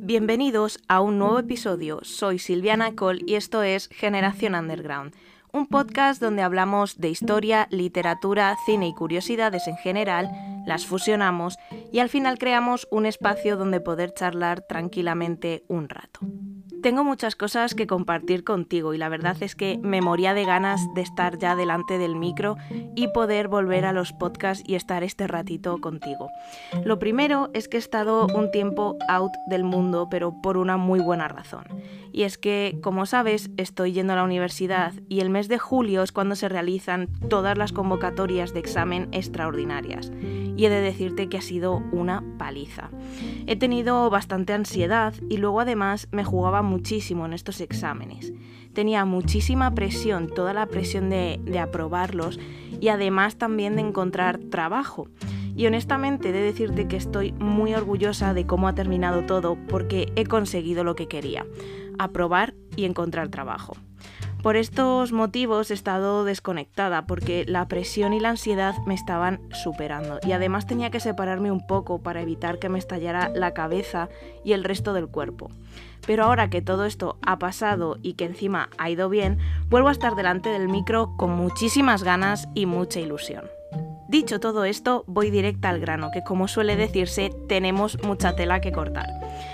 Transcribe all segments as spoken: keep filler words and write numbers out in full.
Bienvenidos a un nuevo episodio. Soy Silviana Cole y esto es Generación Underground, un podcast donde hablamos de historia, literatura, cine y curiosidades en general, las fusionamos y al final creamos un espacio donde poder charlar tranquilamente un rato. Tengo muchas cosas que compartir contigo y la verdad es que me moría de ganas de estar ya delante del micro y poder volver a los podcasts y estar este ratito contigo. Lo primero es que he estado un tiempo out del mundo, pero por una muy buena razón. Y es que, como sabes, estoy yendo a la universidad y el mes de julio es cuando se realizan todas las convocatorias de examen extraordinarias. Y he de decirte que ha sido una paliza. He tenido bastante ansiedad y luego además me jugaba muchísimo en estos exámenes. Tenía muchísima presión, toda la presión de, de aprobarlos y además también de encontrar trabajo. Y honestamente he de decirte que estoy muy orgullosa de cómo ha terminado todo porque he conseguido lo que quería, aprobar y encontrar trabajo. Por estos motivos he estado desconectada porque la presión y la ansiedad me estaban superando y además tenía que separarme un poco para evitar que me estallara la cabeza y el resto del cuerpo. Pero ahora que todo esto ha pasado y que encima ha ido bien, vuelvo a estar delante del micro con muchísimas ganas y mucha ilusión. Dicho todo esto, voy directa al grano, que como suele decirse, tenemos mucha tela que cortar.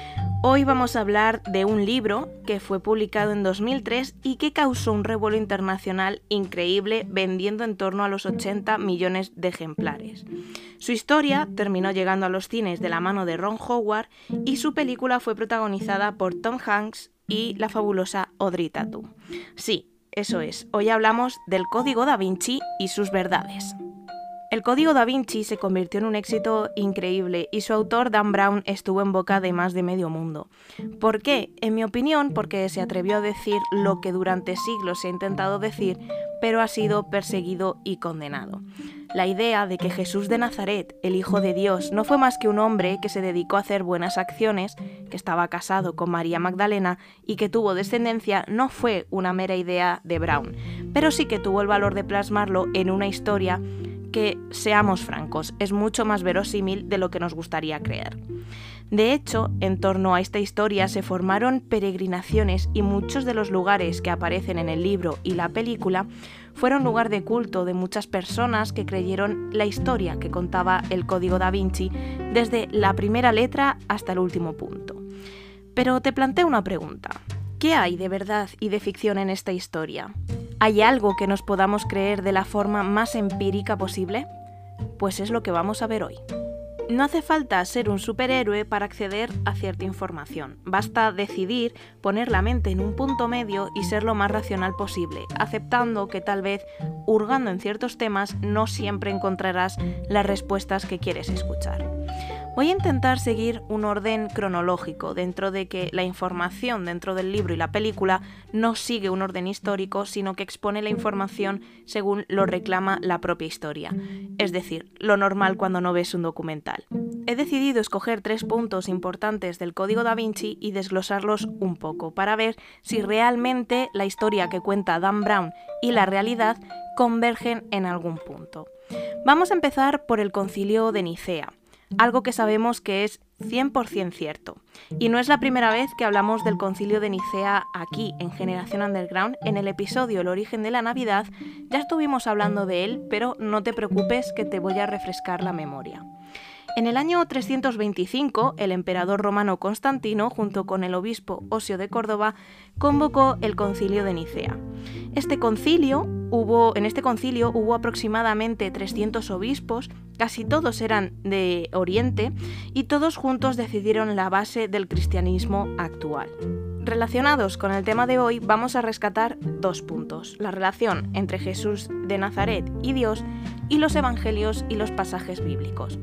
Hoy vamos a hablar de un libro que fue publicado en dos mil tres y que causó un revuelo internacional increíble, vendiendo en torno a los ochenta millones de ejemplares. Su historia terminó llegando a los cines de la mano de Ron Howard y su película fue protagonizada por Tom Hanks y la fabulosa Audrey Tautou. Sí, eso es, hoy hablamos del Código Da Vinci y sus verdades. El Código Da Vinci se convirtió en un éxito increíble y su autor Dan Brown estuvo en boca de más de medio mundo. ¿Por qué? En mi opinión, porque se atrevió a decir lo que durante siglos se ha intentado decir, pero ha sido perseguido y condenado. La idea de que Jesús de Nazaret, el Hijo de Dios, no fue más que un hombre que se dedicó a hacer buenas acciones, que estaba casado con María Magdalena y que tuvo descendencia, no fue una mera idea de Brown, pero sí que tuvo el valor de plasmarlo en una historia que, seamos francos, es mucho más verosímil de lo que nos gustaría creer. De hecho, en torno a esta historia se formaron peregrinaciones y muchos de los lugares que aparecen en el libro y la película fueron lugar de culto de muchas personas que creyeron la historia que contaba el Código Da Vinci desde la primera letra hasta el último punto. Pero te planteo una pregunta. ¿Qué hay de verdad y de ficción en esta historia? ¿Hay algo que nos podamos creer de la forma más empírica posible? Pues es lo que vamos a ver hoy. No hace falta ser un superhéroe para acceder a cierta información. Basta decidir poner la mente en un punto medio y ser lo más racional posible, aceptando que tal vez, hurgando en ciertos temas, no siempre encontrarás las respuestas que quieres escuchar. Voy a intentar seguir un orden cronológico, dentro de que la información dentro del libro y la película no sigue un orden histórico, sino que expone la información según lo reclama la propia historia, es decir, lo normal cuando no ves un documental. He decidido escoger tres puntos importantes del Código Da Vinci y desglosarlos un poco, para ver si realmente la historia que cuenta Dan Brown y la realidad convergen en algún punto. Vamos a empezar por el Concilio de Nicea. Algo que sabemos que es cien por ciento cierto. Y no es la primera vez que hablamos del Concilio de Nicea aquí, en Generación Underground. En el episodio El origen de la Navidad ya estuvimos hablando de él, pero no te preocupes que te voy a refrescar la memoria. En el año trescientos veinticinco, el emperador romano Constantino, junto con el obispo Osio de Córdoba, convocó el Concilio de Nicea. Este concilio hubo, en este concilio hubo aproximadamente trescientos obispos, casi todos eran de Oriente, y todos juntos decidieron la base del cristianismo actual. Relacionados con el tema de hoy, vamos a rescatar dos puntos: la relación entre Jesús de Nazaret y Dios, y los evangelios y los pasajes bíblicos.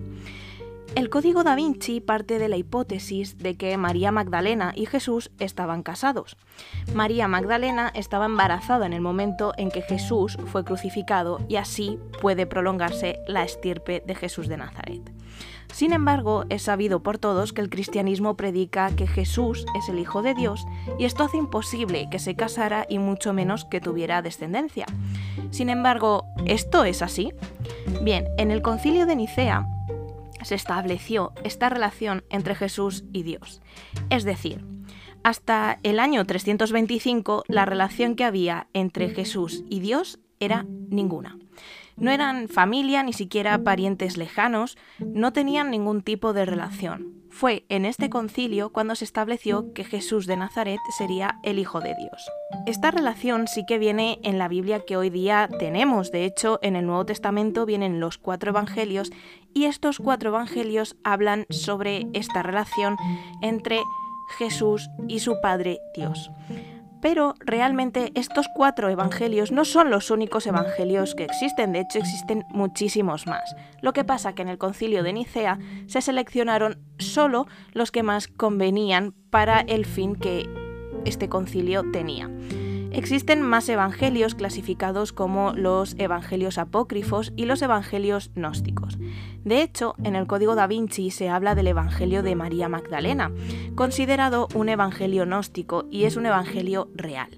El Código Da Vinci parte de la hipótesis de que María Magdalena y Jesús estaban casados. María Magdalena estaba embarazada en el momento en que Jesús fue crucificado y así puede prolongarse la estirpe de Jesús de Nazaret. Sin embargo, es sabido por todos que el cristianismo predica que Jesús es el Hijo de Dios y esto hace imposible que se casara y mucho menos que tuviera descendencia. Sin embargo, ¿esto es así? Bien, en el Concilio de Nicea, se estableció esta relación entre Jesús y Dios. Es decir, hasta el año trescientos veinticinco la relación que había entre Jesús y Dios era ninguna. No eran familia, ni siquiera parientes lejanos, no tenían ningún tipo de relación. Fue en este concilio cuando se estableció que Jesús de Nazaret sería el Hijo de Dios. Esta relación sí que viene en la Biblia que hoy día tenemos. De hecho, en el Nuevo Testamento vienen los cuatro evangelios y estos cuatro evangelios hablan sobre esta relación entre Jesús y su Padre Dios. Pero realmente estos cuatro evangelios no son los únicos evangelios que existen, de hecho existen muchísimos más. Lo que pasa que en el concilio de Nicea se seleccionaron solo los que más convenían para el fin que este concilio tenía. Existen más evangelios clasificados como los evangelios apócrifos y los evangelios gnósticos. De hecho, en el Código da Vinci se habla del evangelio de María Magdalena, considerado un evangelio gnóstico y es un evangelio real.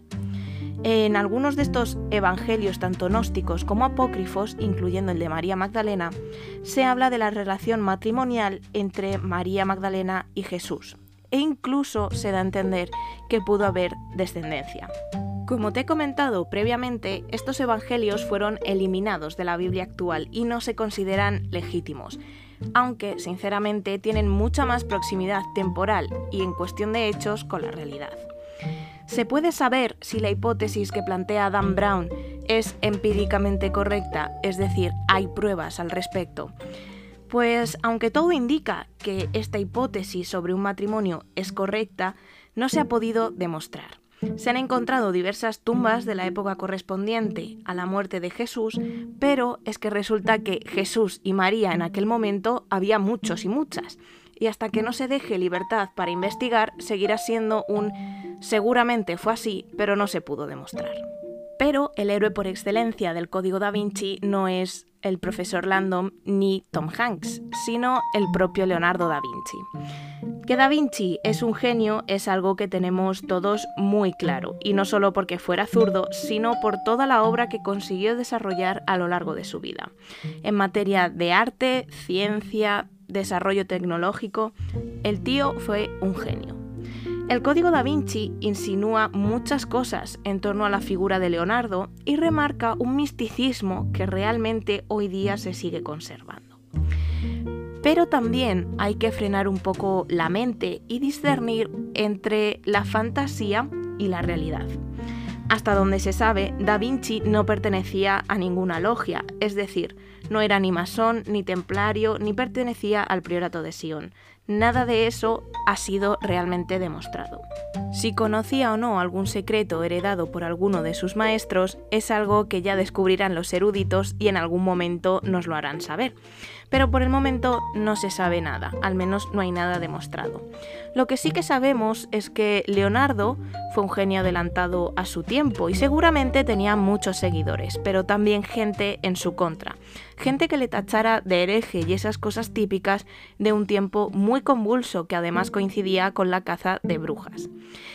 En algunos de estos evangelios, tanto gnósticos como apócrifos, incluyendo el de María Magdalena, se habla de la relación matrimonial entre María Magdalena y Jesús, e incluso se da a entender que pudo haber descendencia. Como te he comentado previamente, estos evangelios fueron eliminados de la Biblia actual y no se consideran legítimos, aunque sinceramente tienen mucha más proximidad temporal y en cuestión de hechos con la realidad. ¿Se puede saber si la hipótesis que plantea Dan Brown es empíricamente correcta? Es decir, ¿hay pruebas al respecto? Pues aunque todo indica que esta hipótesis sobre un matrimonio es correcta, no se ha podido demostrar. Se han encontrado diversas tumbas de la época correspondiente a la muerte de Jesús, pero es que resulta que Jesús y María en aquel momento había muchos y muchas, y hasta que no se deje libertad para investigar seguirá siendo un seguramente fue así, pero no se pudo demostrar. Pero el héroe por excelencia del Código da Vinci no es el profesor Landon ni Tom Hanks, sino el propio Leonardo da Vinci. Que Da Vinci es un genio es algo que tenemos todos muy claro, y no solo porque fuera zurdo, sino por toda la obra que consiguió desarrollar a lo largo de su vida. En materia de arte, ciencia, desarrollo tecnológico, el tío fue un genio. El Código da Vinci insinúa muchas cosas en torno a la figura de Leonardo y remarca un misticismo que realmente hoy día se sigue conservando. Pero también hay que frenar un poco la mente y discernir entre la fantasía y la realidad. Hasta donde se sabe, Da Vinci no pertenecía a ninguna logia, es decir, no era ni masón, ni templario, ni pertenecía al priorato de Sion. Nada de eso ha sido realmente demostrado. Si conocía o no algún secreto heredado por alguno de sus maestros, es algo que ya descubrirán los eruditos y en algún momento nos lo harán saber. Pero por el momento no se sabe nada, al menos no hay nada demostrado. Lo que sí que sabemos es que Leonardo fue un genio adelantado a su tiempo y seguramente tenía muchos seguidores, pero también gente en su contra. Gente que le tachara de hereje y esas cosas típicas de un tiempo muy convulso que además coincidía con la caza de brujas.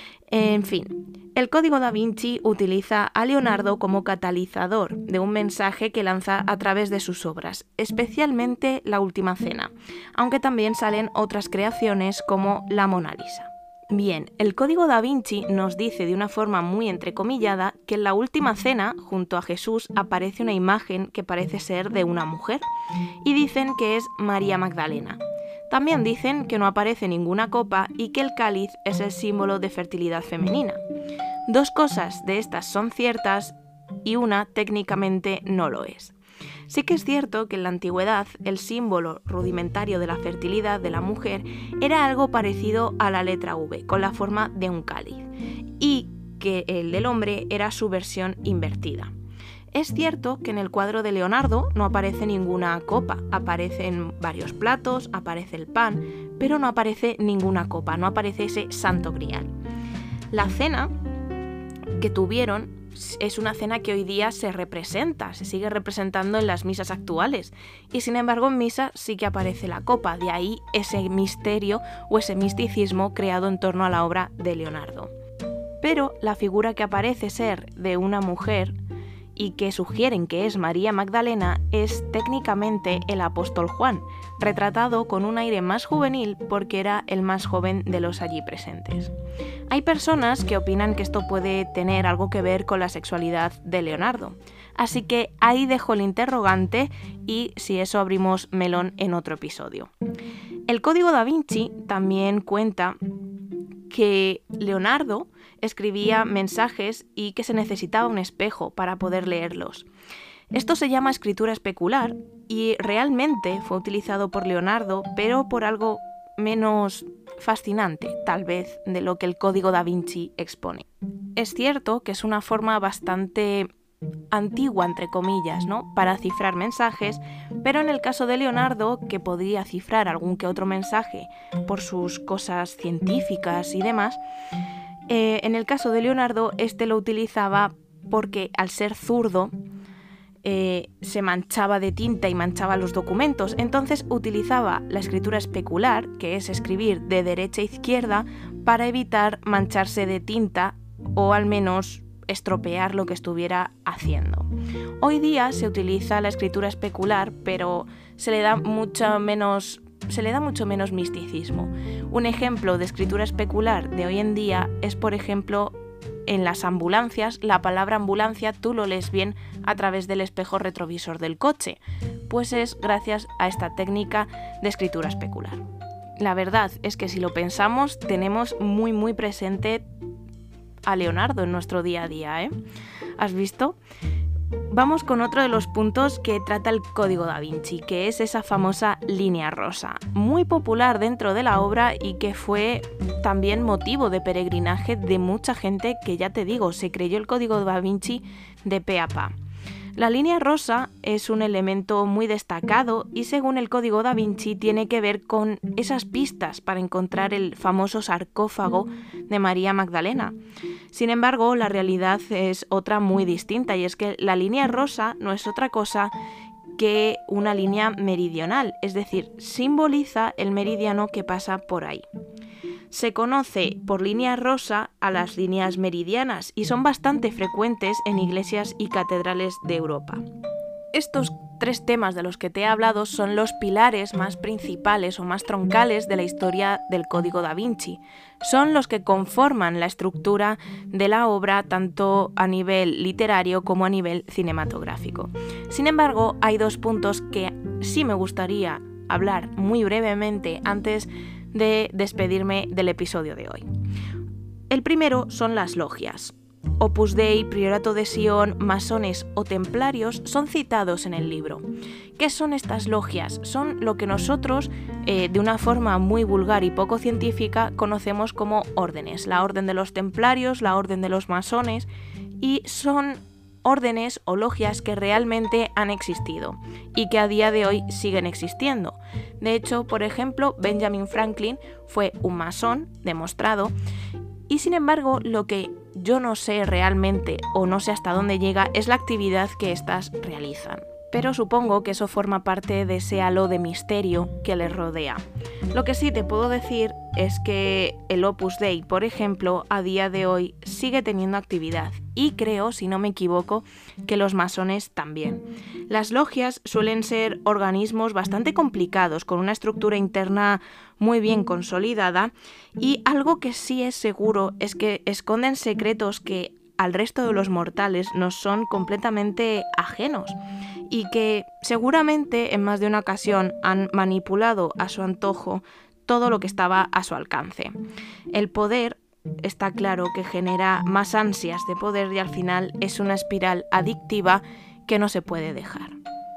En fin, el Código da Vinci utiliza a Leonardo como catalizador de un mensaje que lanza a través de sus obras, especialmente La Última Cena, aunque también salen otras creaciones como la Mona Lisa. Bien, el Código da Vinci nos dice de una forma muy entrecomillada que en La Última Cena, junto a Jesús, aparece una imagen que parece ser de una mujer, y dicen que es María Magdalena. También dicen que no aparece ninguna copa y que el cáliz es el símbolo de fertilidad femenina. Dos cosas de estas son ciertas y una técnicamente no lo es. Sí que es cierto que en la antigüedad el símbolo rudimentario de la fertilidad de la mujer era algo parecido a la letra V, con la forma de un cáliz, y que el del hombre era su versión invertida. Es cierto que en el cuadro de Leonardo no aparece ninguna copa, aparecen varios platos, aparece el pan, pero no aparece ninguna copa, no aparece ese santo grial. La cena que tuvieron es una cena que hoy día se representa, se sigue representando en las misas actuales, y sin embargo en misa sí que aparece la copa, de ahí ese misterio o ese misticismo creado en torno a la obra de Leonardo. Pero la figura que aparece ser de una mujer y que sugieren que es María Magdalena es técnicamente el apóstol Juan, retratado con un aire más juvenil porque era el más joven de los allí presentes. Hay personas que opinan que esto puede tener algo que ver con la sexualidad de Leonardo, así que ahí dejo el interrogante y si eso abrimos melón en otro episodio. El Código da Vinci también cuenta que Leonardo escribía mensajes y que se necesitaba un espejo para poder leerlos. Esto se llama escritura especular y realmente fue utilizado por Leonardo, pero por algo menos fascinante, tal vez, de lo que el Código da Vinci expone. Es cierto que es una forma bastante antigua, entre comillas, ¿no?, para cifrar mensajes, pero en el caso de Leonardo, que podía cifrar algún que otro mensaje por sus cosas científicas y demás, eh, en el caso de Leonardo, este lo utilizaba porque al ser zurdo eh, se manchaba de tinta y manchaba los documentos, entonces utilizaba la escritura especular, que es escribir de derecha a izquierda, para evitar mancharse de tinta o al menos estropear lo que estuviera haciendo. Hoy día se utiliza la escritura especular, pero se le da mucho menos, se le da mucho menos misticismo. Un ejemplo de escritura especular de hoy en día es, por ejemplo, en las ambulancias, la palabra ambulancia tú lo lees bien a través del espejo retrovisor del coche, pues es gracias a esta técnica de escritura especular. La verdad es que si lo pensamos, tenemos muy muy presente a Leonardo en nuestro día a día, ¿eh? ¿Has visto? Vamos con otro de los puntos que trata el Código da Vinci, que es esa famosa línea rosa, muy popular dentro de la obra y que fue también motivo de peregrinaje de mucha gente que, ya te digo, se creyó el Código da Vinci de pe a pa. La línea rosa es un elemento muy destacado y, según el Código da Vinci, tiene que ver con esas pistas para encontrar el famoso sarcófago de María Magdalena. Sin embargo, la realidad es otra muy distinta, y es que la línea rosa no es otra cosa que una línea meridional, es decir, simboliza el meridiano que pasa por ahí. Se conoce por línea rosa a las líneas meridianas y son bastante frecuentes en iglesias y catedrales de Europa. Estos tres temas de los que te he hablado son los pilares más principales o más troncales de la historia del Código da Vinci. Son los que conforman la estructura de la obra tanto a nivel literario como a nivel cinematográfico. Sin embargo, hay dos puntos que sí me gustaría hablar muy brevemente antes de despedirme del episodio de hoy. El primero son las logias. Opus Dei, Priorato de Sion, masones o templarios son citados en el libro. ¿Qué son estas logias? Son lo que nosotros, eh, de una forma muy vulgar y poco científica, conocemos como órdenes. La orden de los templarios, la orden de los masones, y son órdenes o logias que realmente han existido y que a día de hoy siguen existiendo. De hecho, por ejemplo, Benjamin Franklin fue un masón demostrado, y sin embargo, lo que yo no sé realmente o no sé hasta dónde llega es la actividad que éstas realizan. Pero supongo que eso forma parte de ese halo de misterio que les rodea. Lo que sí te puedo decir es que el Opus Dei, por ejemplo, a día de hoy sigue teniendo actividad, y creo, si no me equivoco, que los masones también. Las logias suelen ser organismos bastante complicados, con una estructura interna muy bien consolidada, y algo que sí es seguro es que esconden secretos que al resto de los mortales nos son completamente ajenos, y que seguramente en más de una ocasión han manipulado a su antojo todo lo que estaba a su alcance. El poder está claro que genera más ansias de poder y al final es una espiral adictiva que no se puede dejar.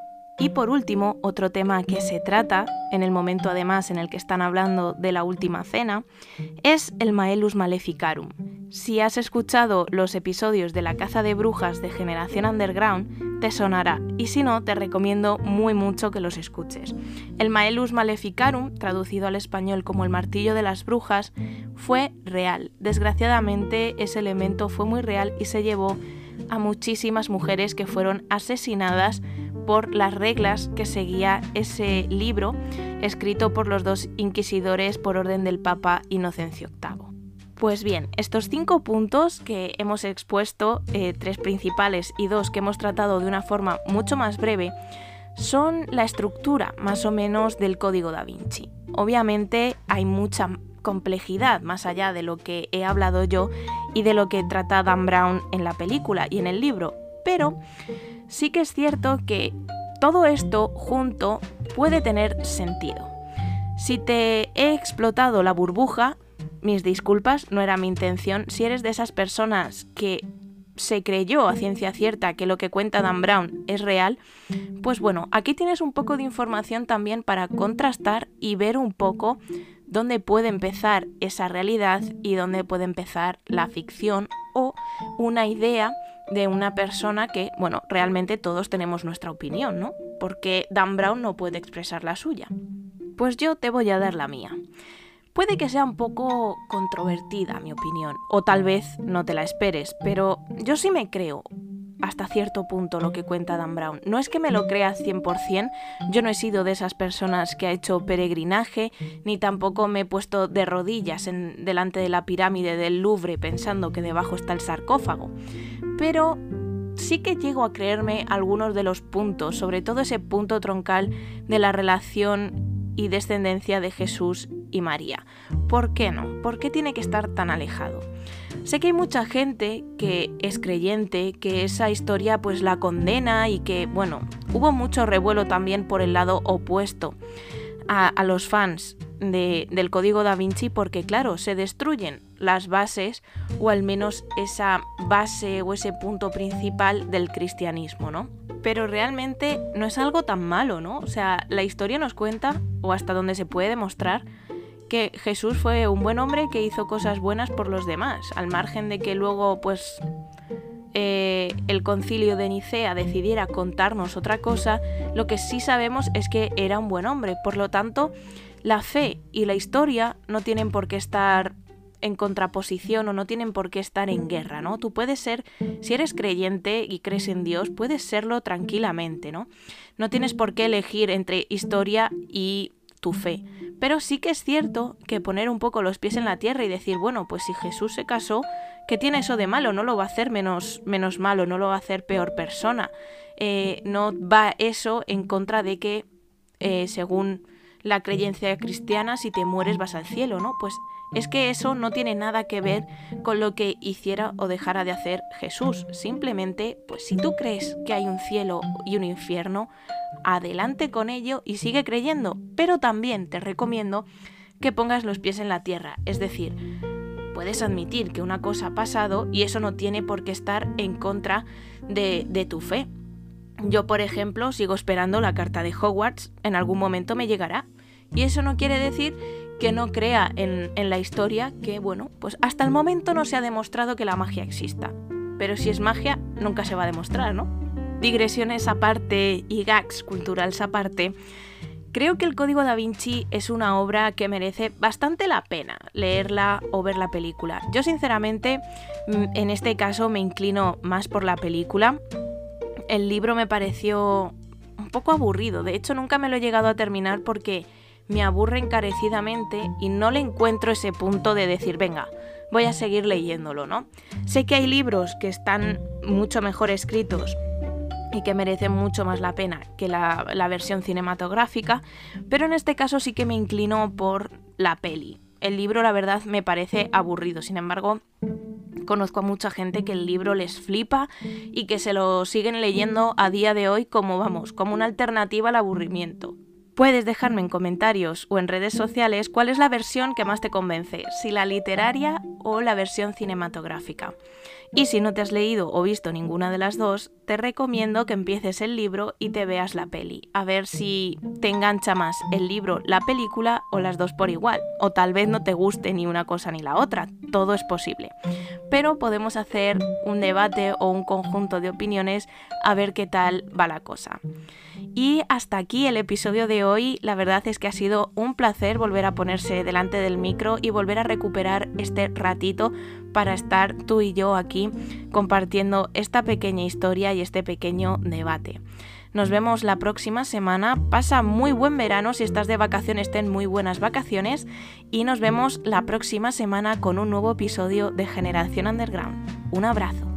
Y por último, otro tema que se trata, en el momento además en el que están hablando de la última cena, es el Maelus Maleficarum. Si has escuchado los episodios de la caza de brujas de Generación Underground, te sonará, y si no, te recomiendo muy mucho que los escuches. El Maelus Maleficarum, traducido al español como el martillo de las brujas, fue real. Desgraciadamente, ese elemento fue muy real y se llevó a muchísimas mujeres que fueron asesinadas por las reglas que seguía ese libro escrito por los dos inquisidores por orden del Papa Inocencio octavo. Pues bien, estos cinco puntos que hemos expuesto, eh, tres principales y dos que hemos tratado de una forma mucho más breve, son la estructura más o menos del Código Da Vinci. Obviamente hay mucha complejidad más allá de lo que he hablado yo y de lo que trata Dan Brown en la película y en el libro, pero sí que es cierto que todo esto junto puede tener sentido. Si te he explotado la burbuja, mis disculpas, no era mi intención. Si eres de esas personas que se creyó a ciencia cierta que lo que cuenta Dan Brown es real, pues bueno, aquí tienes un poco de información también para contrastar y ver un poco dónde puede empezar esa realidad y dónde puede empezar la ficción o una idea de una persona que, bueno, realmente todos tenemos nuestra opinión, ¿no? Porque Dan Brown no puede expresar la suya. Pues yo te voy a dar la mía. Puede que sea un poco controvertida mi opinión, o tal vez no te la esperes, pero yo sí me creo hasta cierto punto lo que cuenta Dan Brown. No es que me lo crea cien por ciento, yo no he sido de esas personas que ha hecho peregrinaje, ni tampoco me he puesto de rodillas en, delante de la pirámide del Louvre pensando que debajo está el sarcófago, pero sí que llego a creerme algunos de los puntos, sobre todo ese punto troncal de la relación y descendencia de Jesús y María. ¿Por qué no? ¿Por qué tiene que estar tan alejado? Sé que hay mucha gente que es creyente, que esa historia pues la condena y que, bueno, hubo mucho revuelo también por el lado opuesto a, a los fans de, del Código Da Vinci porque, claro, se destruyen las bases o al menos esa base o ese punto principal del cristianismo, ¿no? Pero realmente no es algo tan malo, ¿no? O sea, la historia nos cuenta, o hasta donde se puede demostrar, que Jesús fue un buen hombre que hizo cosas buenas por los demás, al margen de que luego, pues, eh, el concilio de Nicea decidiera contarnos otra cosa, lo que sí sabemos es que era un buen hombre. Por lo tanto, la fe y la historia no tienen por qué estar en contraposición o no tienen por qué estar en guerra, ¿no? Tú puedes ser, si eres creyente y crees en Dios, puedes serlo tranquilamente, ¿no? No tienes por qué elegir entre historia y tu fe. Pero sí que es cierto que poner un poco los pies en la tierra y decir, bueno, pues si Jesús se casó, ¿qué tiene eso de malo? No lo va a hacer menos, menos malo, no lo va a hacer peor persona. Eh, no va eso en contra de que, eh, según la creencia cristiana, si te mueres vas al cielo, ¿no? Pues es que eso no tiene nada que ver con lo que hiciera o dejara de hacer Jesús. Simplemente, pues si tú crees que hay un cielo y un infierno, adelante con ello y sigue creyendo. Pero también te recomiendo que pongas los pies en la tierra. Es decir, puedes admitir que una cosa ha pasado y eso no tiene por qué estar en contra de, de tu fe. Yo, por ejemplo, sigo esperando la carta de Hogwarts. En algún momento me llegará. Y eso no quiere decir que no crea en, en la historia, que, bueno, pues hasta el momento no se ha demostrado que la magia exista. Pero si es magia, nunca se va a demostrar, ¿no? Digresiones aparte y gags culturales aparte, creo que el Código Da Vinci es una obra que merece bastante la pena leerla o ver la película. Yo, sinceramente, en este caso me inclino más por la película. El libro me pareció un poco aburrido. De hecho, nunca me lo he llegado a terminar porque me aburre encarecidamente y no le encuentro ese punto de decir, venga, voy a seguir leyéndolo, ¿no? Sé que hay libros que están mucho mejor escritos y que merecen mucho más la pena que la, la versión cinematográfica, pero en este caso sí que me inclino por la peli. El libro, la verdad, me parece aburrido. Sin embargo, conozco a mucha gente que el libro les flipa y que se lo siguen leyendo a día de hoy como, vamos, como una alternativa al aburrimiento. Puedes dejarme en comentarios o en redes sociales cuál es la versión que más te convence, si la literaria o la versión cinematográfica. Y si no te has leído o visto ninguna de las dos, te recomiendo que empieces el libro y te veas la peli, a ver si te engancha más el libro, la película o las dos por igual. O tal vez no te guste ni una cosa ni la otra, todo es posible. Pero podemos hacer un debate o un conjunto de opiniones a ver qué tal va la cosa. Y hasta aquí el episodio de hoy. La verdad es que ha sido un placer volver a ponerse delante del micro y volver a recuperar este ratito para estar tú y yo aquí compartiendo esta pequeña historia y este pequeño debate. Nos vemos la próxima semana. Pasa muy buen verano, si estás de vacaciones, ten muy buenas vacaciones y nos vemos la próxima semana con un nuevo episodio de Generación Underground. Un abrazo.